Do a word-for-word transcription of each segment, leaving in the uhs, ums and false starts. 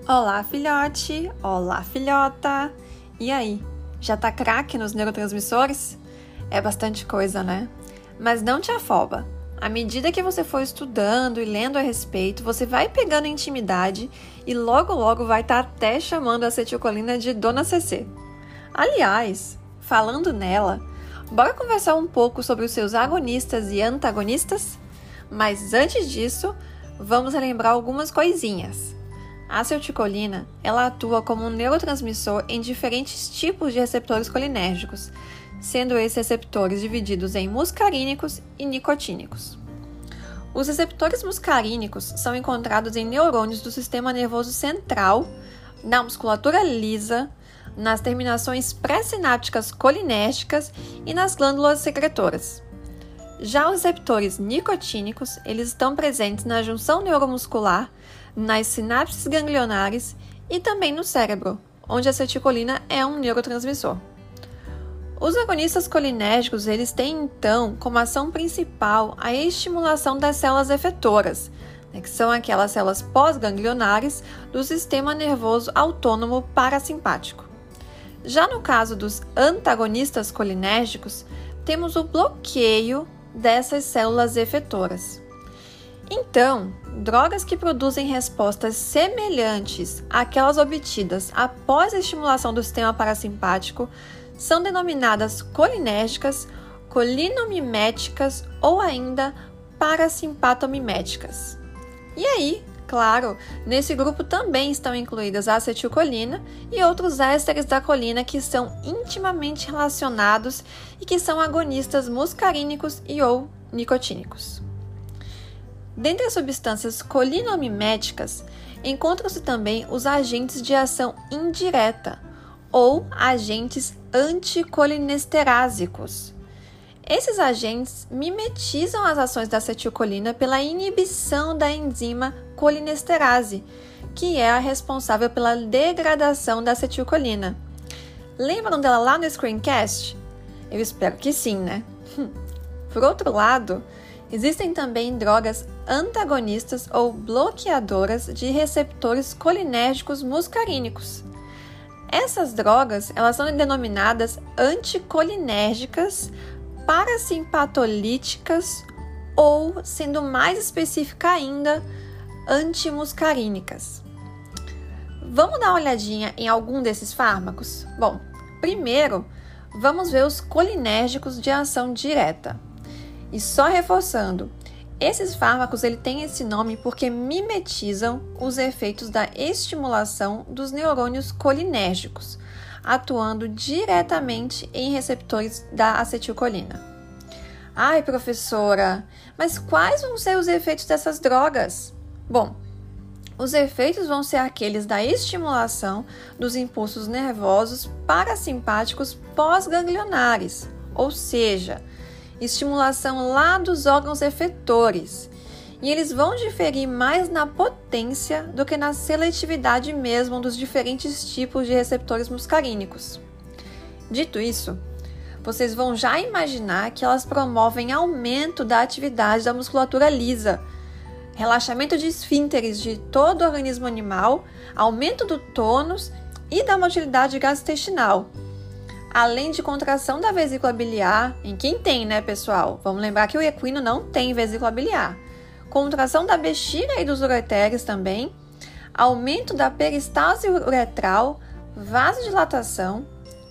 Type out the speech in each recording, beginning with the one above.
Olá, filhote! Olá, filhota! E aí, já tá craque nos neurotransmissores? É bastante coisa, né? Mas não te afoba. À medida que você for estudando e lendo a respeito, você vai pegando intimidade e logo logo vai estar até chamando a acetilcolina de Dona C C. Aliás, falando nela, bora conversar um pouco sobre os seus agonistas e antagonistas? Mas antes disso, vamos relembrar algumas coisinhas. A acetilcolina, ela atua como um neurotransmissor em diferentes tipos de receptores colinérgicos, sendo esses receptores divididos em muscarínicos e nicotínicos. Os receptores muscarínicos são encontrados em neurônios do sistema nervoso central, na musculatura lisa, nas terminações pré-sinápticas colinérgicas e nas glândulas secretoras. Já os receptores nicotínicos, eles estão presentes na junção neuromuscular, nas sinapses ganglionares e também no cérebro, onde a acetilcolina é um neurotransmissor. Os agonistas colinérgicos, eles têm então como ação principal a estimulação das células efetoras, né, que são aquelas células pós-ganglionares do sistema nervoso autônomo parasimpático. Já no caso dos antagonistas colinérgicos, temos o bloqueio dessas células efetoras. Então, drogas que produzem respostas semelhantes àquelas obtidas após a estimulação do sistema parasimpático são denominadas colinérgicas, colinomiméticas ou ainda parasimpatomiméticas. E aí, claro, nesse grupo também estão incluídas a acetilcolina e outros ésteres da colina que são intimamente relacionados e que são agonistas muscarínicos e ou nicotínicos. Dentre as substâncias colinomiméticas, encontram-se também os agentes de ação indireta, ou agentes anticolinesterásicos. Esses agentes mimetizam as ações da acetilcolina pela inibição da enzima colinesterase, que é a responsável pela degradação da acetilcolina. Lembram dela lá no screencast? Eu espero que sim, né? Por outro lado, existem também drogas antagonistas ou bloqueadoras de receptores colinérgicos muscarínicos. Essas drogas, elas são denominadas anticolinérgicas, parasimpatolíticas ou, sendo mais específica ainda, antimuscarínicas. Vamos dar uma olhadinha em algum desses fármacos? Bom, primeiro, vamos ver os colinérgicos de ação direta. E só reforçando, esses fármacos ele têm esse nome porque mimetizam os efeitos da estimulação dos neurônios colinérgicos, atuando diretamente em receptores da acetilcolina. Ai, professora, mas quais vão ser os efeitos dessas drogas? Bom, os efeitos vão ser aqueles da estimulação dos impulsos nervosos parasimpáticos pós-ganglionares, ou seja, estimulação lá dos órgãos efetores, e eles vão diferir mais na potência do que na seletividade mesmo dos diferentes tipos de receptores muscarínicos. Dito isso, vocês vão já imaginar que elas promovem aumento da atividade da musculatura lisa, relaxamento de esfínteres de todo o organismo animal, aumento do tônus e da motilidade gastrointestinal, além de contração da vesícula biliar, em quem tem, né, pessoal? Vamos lembrar que o equino não tem vesícula biliar. Contração da bexiga e dos ureteres também, aumento da peristalse uretral, vasodilatação,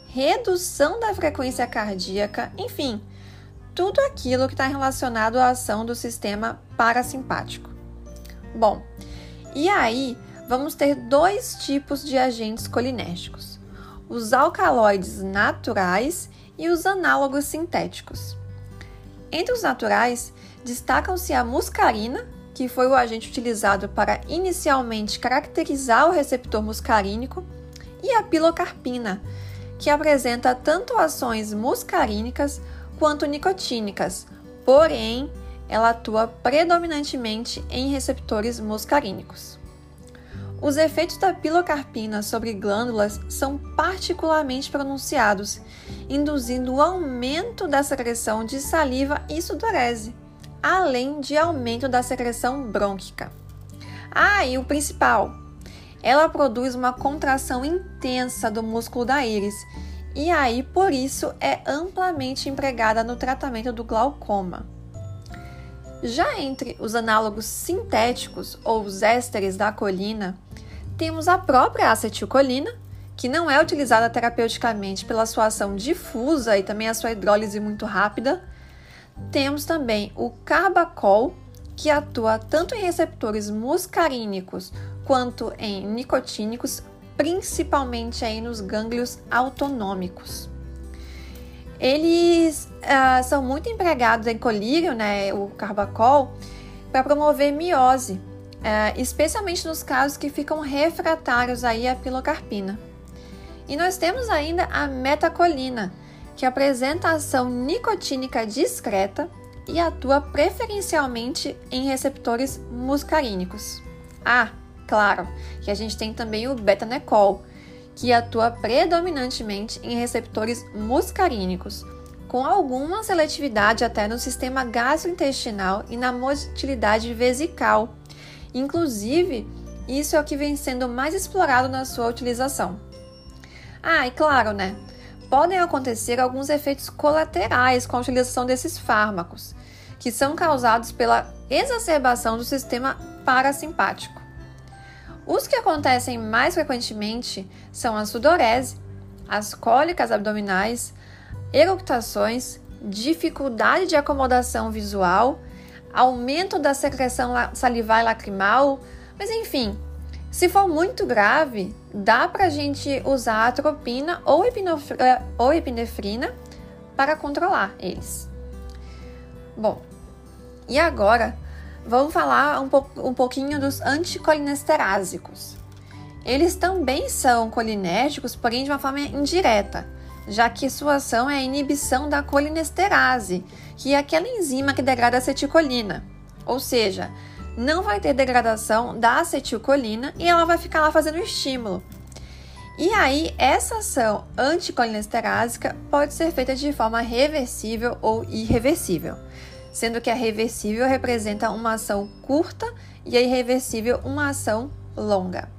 redução da frequência cardíaca, enfim, tudo aquilo que está relacionado à ação do sistema parasimpático. Bom, e aí vamos ter dois tipos de agentes colinérgicos: os alcaloides naturais e os análogos sintéticos. Entre os naturais, destacam-se a muscarina, que foi o agente utilizado para inicialmente caracterizar o receptor muscarínico, e a pilocarpina, que apresenta tanto ações muscarínicas quanto nicotínicas, porém, ela atua predominantemente em receptores muscarínicos. Os efeitos da pilocarpina sobre glândulas são particularmente pronunciados, induzindo o aumento da secreção de saliva e sudorese, além de aumento da secreção brônquica. Ah, e o principal, ela produz uma contração intensa do músculo da íris e aí, por isso, é amplamente empregada no tratamento do glaucoma. Já entre os análogos sintéticos ou os ésteres da colina, temos a própria acetilcolina, que não é utilizada terapeuticamente pela sua ação difusa e também a sua hidrólise muito rápida. Temos também o carbacol, que atua tanto em receptores muscarínicos quanto em nicotínicos, principalmente aí nos gânglios autonômicos. Eles uh, são muito empregados em colírio, né, o carbacol, para promover miose, uh, especialmente nos casos que ficam refratários aí à pilocarpina. E nós temos ainda a metacolina, que apresenta ação nicotínica discreta e atua preferencialmente em receptores muscarínicos. Ah, claro, que a gente tem também o betanecol, que atua predominantemente em receptores muscarínicos, com alguma seletividade até no sistema gastrointestinal e na motilidade vesical. Inclusive, isso é o que vem sendo mais explorado na sua utilização. Ah, e claro, né? Podem acontecer alguns efeitos colaterais com a utilização desses fármacos, que são causados pela exacerbação do sistema parasimpático. Os que acontecem mais frequentemente são a sudorese, as cólicas abdominais, eructações, dificuldade de acomodação visual, aumento da secreção salivar e lacrimal, mas enfim, se for muito grave, dá para a gente usar atropina ou, ou epinefrina para controlar eles. Bom, e agora vamos falar um, po- um pouquinho dos anticolinesterásicos. Eles também são colinérgicos, porém de uma forma indireta, já que sua ação é a inibição da colinesterase, que é aquela enzima que degrada a acetilcolina. Ou seja, não vai ter degradação da acetilcolina e ela vai ficar lá fazendo o estímulo. E aí, essa ação anticolinesterásica pode ser feita de forma reversível ou irreversível, sendo que a reversível representa uma ação curta e a irreversível uma ação longa.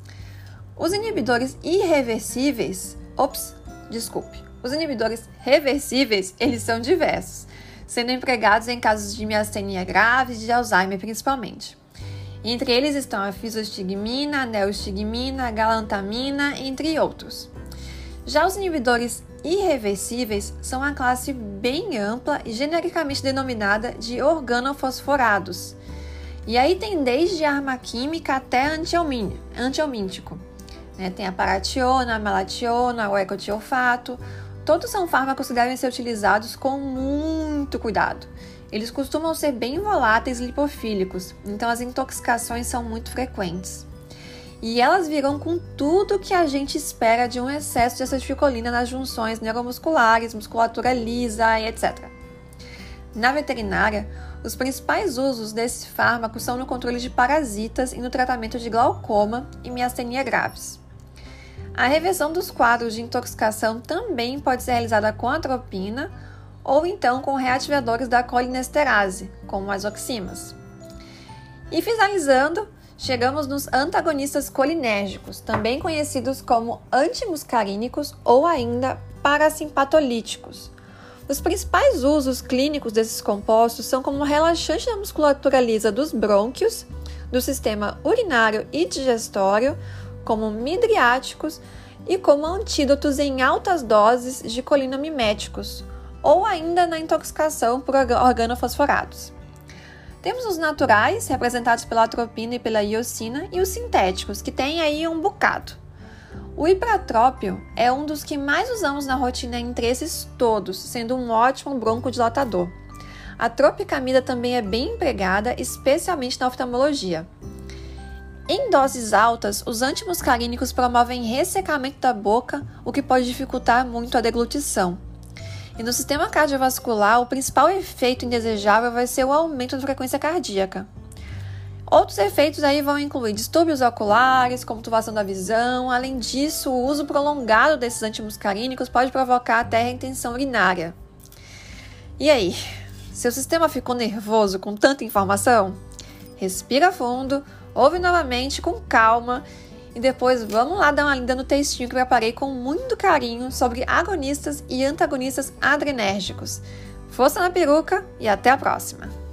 Os inibidores irreversíveis, ops, desculpe, os inibidores reversíveis, eles são diversos, sendo empregados em casos de miastenia grave e de Alzheimer principalmente. Entre eles estão a fisostigmina, a neostigmina, a galantamina, entre outros. Já os inibidores irreversíveis são uma classe bem ampla e genericamente denominada de organofosforados. E aí tem desde arma química até antihelmíntico. Né? Tem a parationa, a malationa, o ecotiolfato. Todos são fármacos que devem ser utilizados com muito cuidado. Eles costumam ser bem voláteis e lipofílicos, então as intoxicações são muito frequentes. E elas virão com tudo que a gente espera de um excesso de acetilcolina nas junções neuromusculares, musculatura lisa e etcétera. Na veterinária, os principais usos desse fármaco são no controle de parasitas e no tratamento de glaucoma e miastenia graves. A reversão dos quadros de intoxicação também pode ser realizada com atropina ou então com reativadores da colinesterase, como as oximas. E finalizando, chegamos nos antagonistas colinérgicos, também conhecidos como antimuscarínicos ou ainda parasimpatolíticos. Os principais usos clínicos desses compostos são como relaxante da musculatura lisa dos brônquios, do sistema urinário e digestório, como midriáticos e como antídotos em altas doses de colinamiméticos, ou ainda na intoxicação por organofosforados. Temos os naturais, representados pela atropina e pela iosina, e os sintéticos, que tem aí um bocado. O hipratrópio é um dos que mais usamos na rotina entre esses todos, sendo um ótimo broncodilatador. A tropicamida também é bem empregada, especialmente na oftalmologia. Em doses altas, os antimuscarínicos promovem ressecamento da boca, o que pode dificultar muito a deglutição. E no sistema cardiovascular, o principal efeito indesejável vai ser o aumento da frequência cardíaca. Outros efeitos aí vão incluir distúrbios oculares, como turvação da visão. Além disso, o uso prolongado desses antimuscarínicos pode provocar até retenção urinária. E aí, seu sistema ficou nervoso com tanta informação? Respira fundo, ouve novamente com calma e depois vamos lá dar uma lida no textinho que eu preparei com muito carinho sobre agonistas e antagonistas adrenérgicos. Força na peruca e até a próxima!